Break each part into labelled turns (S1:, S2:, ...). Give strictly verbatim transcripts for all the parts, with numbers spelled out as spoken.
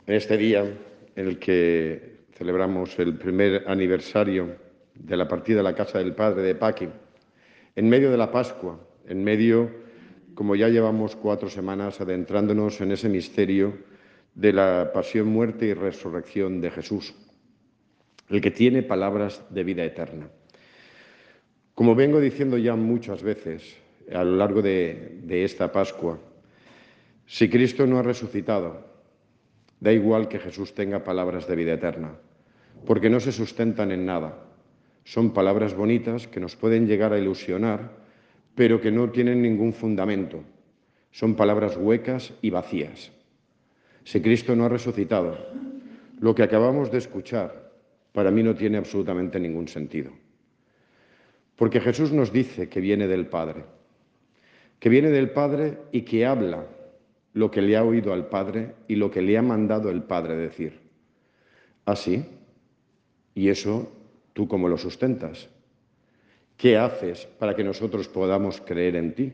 S1: En este día en el que celebramos el primer aniversario de la partida a la casa del Padre de Paqui, en medio de la Pascua, en medio, como ya llevamos cuatro semanas adentrándonos en ese misterio de la pasión, muerte y resurrección de Jesús, el que tiene palabras de vida eterna. Como vengo diciendo ya muchas veces a lo largo de, de esta Pascua, si Cristo no ha resucitado, da igual que Jesús tenga palabras de vida eterna, porque no se sustentan en nada. Son palabras bonitas que nos pueden llegar a ilusionar, pero que no tienen ningún fundamento. Son palabras huecas y vacías. Si Cristo no ha resucitado, lo que acabamos de escuchar para mí no tiene absolutamente ningún sentido. Porque Jesús nos dice que viene del Padre, que viene del Padre y que habla lo que le ha oído al Padre y lo que le ha mandado el Padre decir. ¿Así? ¿Y eso tú cómo lo sustentas? ¿Qué haces para que nosotros podamos creer en ti?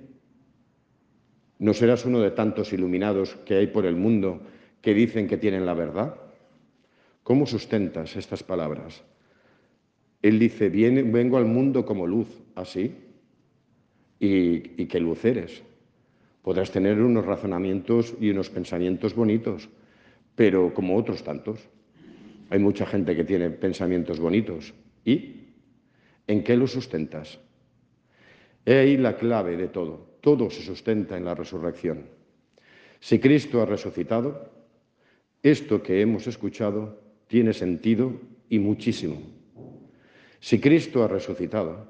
S1: ¿No serás uno de tantos iluminados que hay por el mundo que dicen que tienen la verdad? ¿Cómo sustentas estas palabras? Él dice, Viene, vengo al mundo como luz, ¿así? ¿Y, y qué luz eres? Podrás tener unos razonamientos y unos pensamientos bonitos, pero como otros tantos. Hay mucha gente que tiene pensamientos bonitos. ¿Y en qué los sustentas? He ahí la clave de todo. Todo se sustenta en la resurrección. Si Cristo ha resucitado, esto que hemos escuchado tiene sentido y muchísimo. Si Cristo ha resucitado,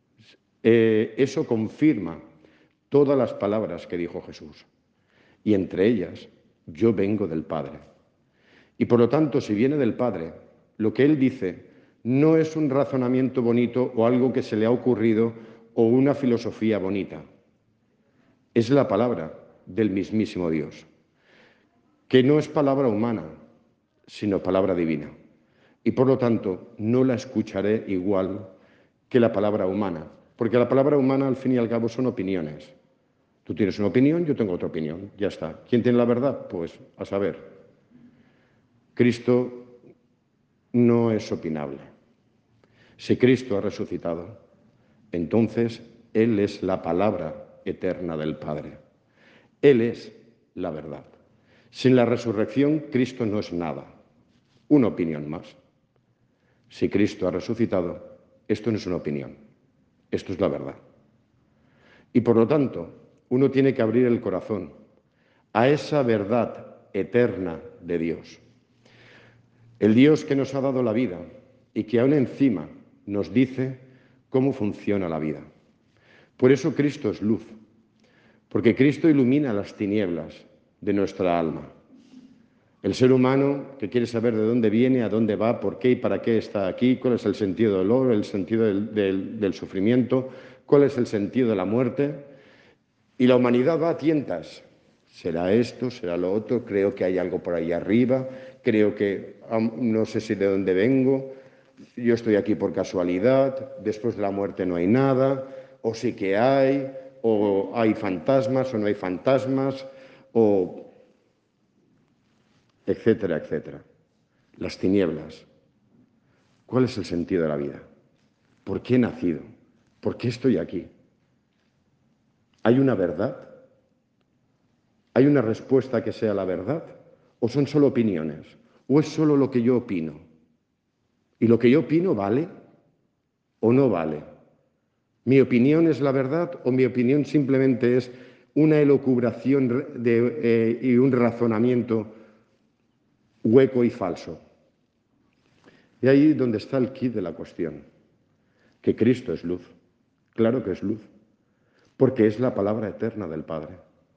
S1: eh, eso confirma todas las palabras que dijo Jesús. Y entre ellas, yo vengo del Padre. Y por lo tanto, si viene del Padre, lo que Él dice no es un razonamiento bonito o algo que se le ha ocurrido o una filosofía bonita. Es la palabra del mismísimo Dios, que no es palabra humana, sino palabra divina. Y por lo tanto, no la escucharé igual que la palabra humana, porque la palabra humana, al fin y al cabo, son opiniones. Tú tienes una opinión, yo tengo otra opinión, ya está. ¿Quién tiene la verdad? Pues a saber. Cristo no es opinable. Si Cristo ha resucitado, entonces Él es la palabra eterna del Padre. Él es la verdad. Sin la resurrección, Cristo no es nada. Una opinión más. Si Cristo ha resucitado, esto no es una opinión, esto es la verdad. Y por lo tanto, uno tiene que abrir el corazón a esa verdad eterna de Dios. El Dios que nos ha dado la vida y que aún encima nos dice cómo funciona la vida. Por eso Cristo es luz, porque Cristo ilumina las tinieblas de nuestra alma. El ser humano que quiere saber de dónde viene, a dónde va, por qué y para qué está aquí, cuál es el sentido del dolor, el sentido del, del, del sufrimiento, cuál es el sentido de la muerte. Y la humanidad va a tientas. Será esto, será lo otro, creo que hay algo por ahí arriba, creo que no sé si de dónde vengo, yo estoy aquí por casualidad, después de la muerte no hay nada, o sí que hay, o hay fantasmas o no hay fantasmas, o etcétera, etcétera. Las tinieblas. ¿Cuál es el sentido de la vida? ¿Por qué he nacido? ¿Por qué estoy aquí? ¿Hay una verdad? ¿Hay una respuesta que sea la verdad? ¿O son solo opiniones? ¿O es solo lo que yo opino? ¿Y lo que yo opino vale o no vale? ¿Mi opinión es la verdad o mi opinión simplemente es una elucubración de, eh, y un razonamiento hueco y falso? Y ahí donde está el quid de la cuestión, que Cristo es luz. Claro que es luz, porque es la palabra eterna del Padre.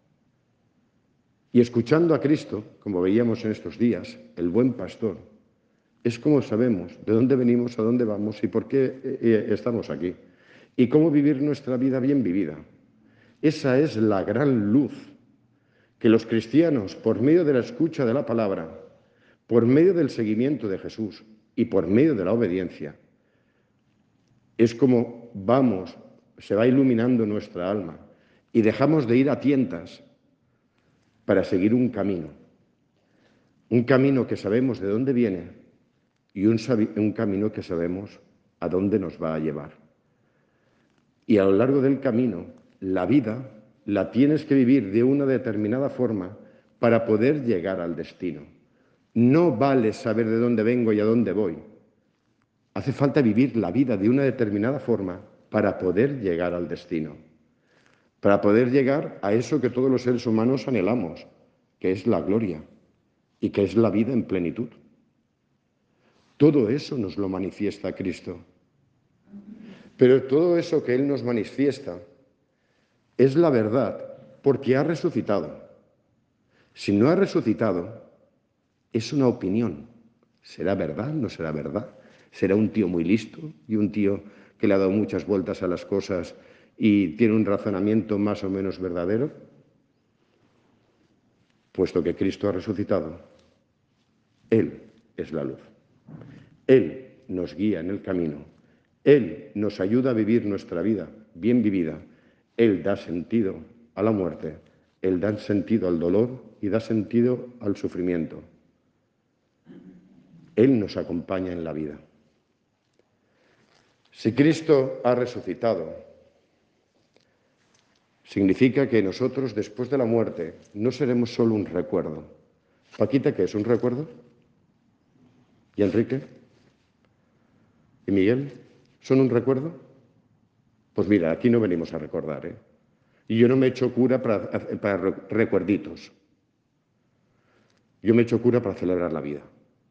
S1: Y escuchando a Cristo, como veíamos en estos días, el buen pastor, es como sabemos de dónde venimos, a dónde vamos y por qué estamos aquí. Y cómo vivir nuestra vida bien vivida. Esa es la gran luz que los cristianos, por medio de la escucha de la palabra, por medio del seguimiento de Jesús y por medio de la obediencia, es como vamos, se va iluminando nuestra alma y dejamos de ir a tientas para seguir un camino. Un camino que sabemos de dónde viene y un, un camino que sabemos a dónde nos va a llevar. Y a lo largo del camino, la vida la tienes que vivir de una determinada forma para poder llegar al destino. No vale saber de dónde vengo y a dónde voy. Hace falta vivir la vida de una determinada forma para poder llegar al destino. Para poder llegar a eso que todos los seres humanos anhelamos, que es la gloria y que es la vida en plenitud. Todo eso nos lo manifiesta Cristo. Pero todo eso que Él nos manifiesta es la verdad porque ha resucitado. Si no ha resucitado, es una opinión. ¿Será verdad? ¿No será verdad? ¿Será un tío muy listo y un tío que le ha dado muchas vueltas a las cosas y tiene un razonamiento más o menos verdadero? Puesto que Cristo ha resucitado, Él es la luz. Él nos guía en el camino. Él nos ayuda a vivir nuestra vida bien vivida. Él da sentido a la muerte. Él da sentido al dolor y da sentido al sufrimiento. Él nos acompaña en la vida. Si Cristo ha resucitado, significa que nosotros, después de la muerte, no seremos solo un recuerdo. Paquita, ¿qué es un recuerdo? ¿Y Enrique? ¿Y Miguel? ¿Son un recuerdo? Pues mira, aquí no venimos a recordar, ¿eh? Y yo no me echo cura para, para recuerditos. Yo me echo cura para celebrar la vida.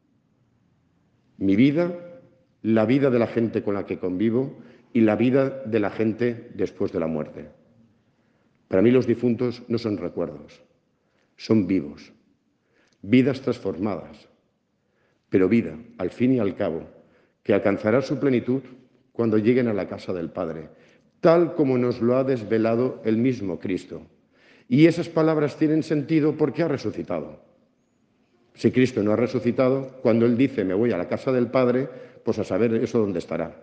S1: Mi vida, la vida de la gente con la que convivo y la vida de la gente después de la muerte. Para mí los difuntos no son recuerdos, son vivos, vidas transformadas, pero vida, al fin y al cabo, que alcanzará su plenitud cuando lleguen a la casa del Padre, tal como nos lo ha desvelado el mismo Cristo. Y esas palabras tienen sentido porque ha resucitado. Si Cristo no ha resucitado, cuando Él dice me voy a la casa del Padre, pues a saber eso dónde estará.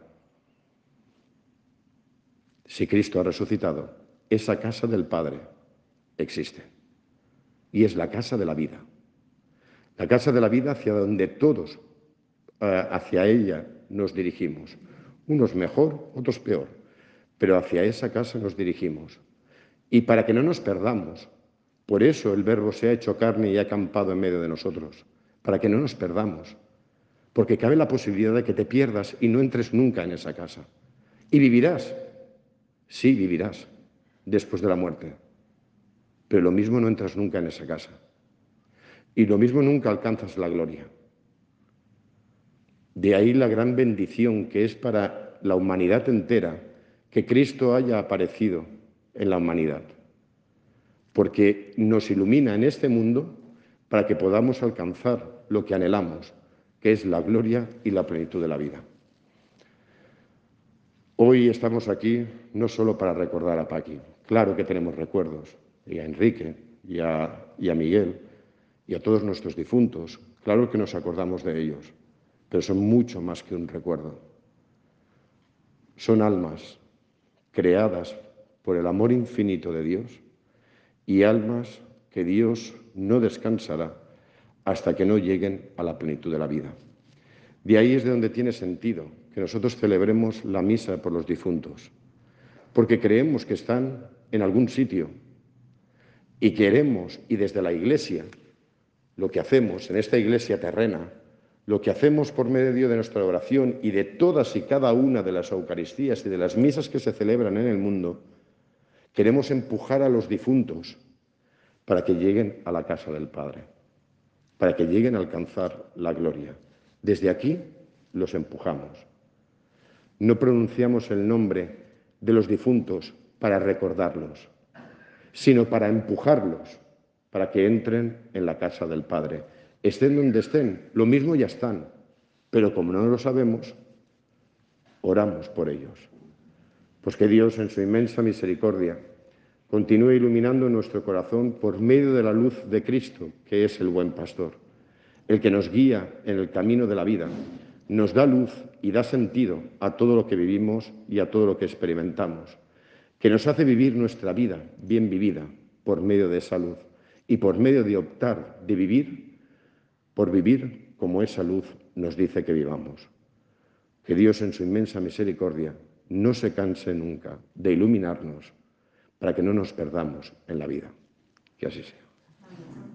S1: Si Cristo ha resucitado, esa casa del Padre existe. Y es la casa de la vida. La casa de la vida hacia donde todos, eh, hacia ella nos dirigimos. Unos mejor, otros peor, pero hacia esa casa nos dirigimos. Y para que no nos perdamos, por eso el Verbo se ha hecho carne y ha acampado en medio de nosotros, para que no nos perdamos, porque cabe la posibilidad de que te pierdas y no entres nunca en esa casa. Y vivirás, sí vivirás, después de la muerte, pero lo mismo no entras nunca en esa casa. Y lo mismo nunca alcanzas la gloria. De ahí la gran bendición que es para la humanidad entera que Cristo haya aparecido en la humanidad, porque nos ilumina en este mundo para que podamos alcanzar lo que anhelamos, que es la gloria y la plenitud de la vida. Hoy estamos aquí no solo para recordar a Paqui, claro que tenemos recuerdos, y a Enrique, y a, y a Miguel, y a todos nuestros difuntos, claro que nos acordamos de ellos, pero son mucho más que un recuerdo. Son almas creadas por el amor infinito de Dios y almas que Dios no descansará hasta que no lleguen a la plenitud de la vida. De ahí es de donde tiene sentido que nosotros celebremos la misa por los difuntos, porque creemos que están en algún sitio y queremos, y desde la Iglesia, lo que hacemos en esta Iglesia terrena, lo que hacemos por medio de nuestra oración y de todas y cada una de las Eucaristías y de las misas que se celebran en el mundo, queremos empujar a los difuntos para que lleguen a la casa del Padre, para que lleguen a alcanzar la gloria. Desde aquí los empujamos. No pronunciamos el nombre de los difuntos para recordarlos, sino para empujarlos, para que entren en la casa del Padre. Estén donde estén, lo mismo ya están, pero como no lo sabemos, oramos por ellos. Pues que Dios, en su inmensa misericordia, continúe iluminando nuestro corazón por medio de la luz de Cristo, que es el buen pastor, el que nos guía en el camino de la vida, nos da luz y da sentido a todo lo que vivimos y a todo lo que experimentamos, que nos hace vivir nuestra vida bien vivida por medio de esa luz y por medio de optar de vivir por vivir como esa luz nos dice que vivamos. Que Dios, en su inmensa misericordia, no se canse nunca de iluminarnos para que no nos perdamos en la vida. Que así sea.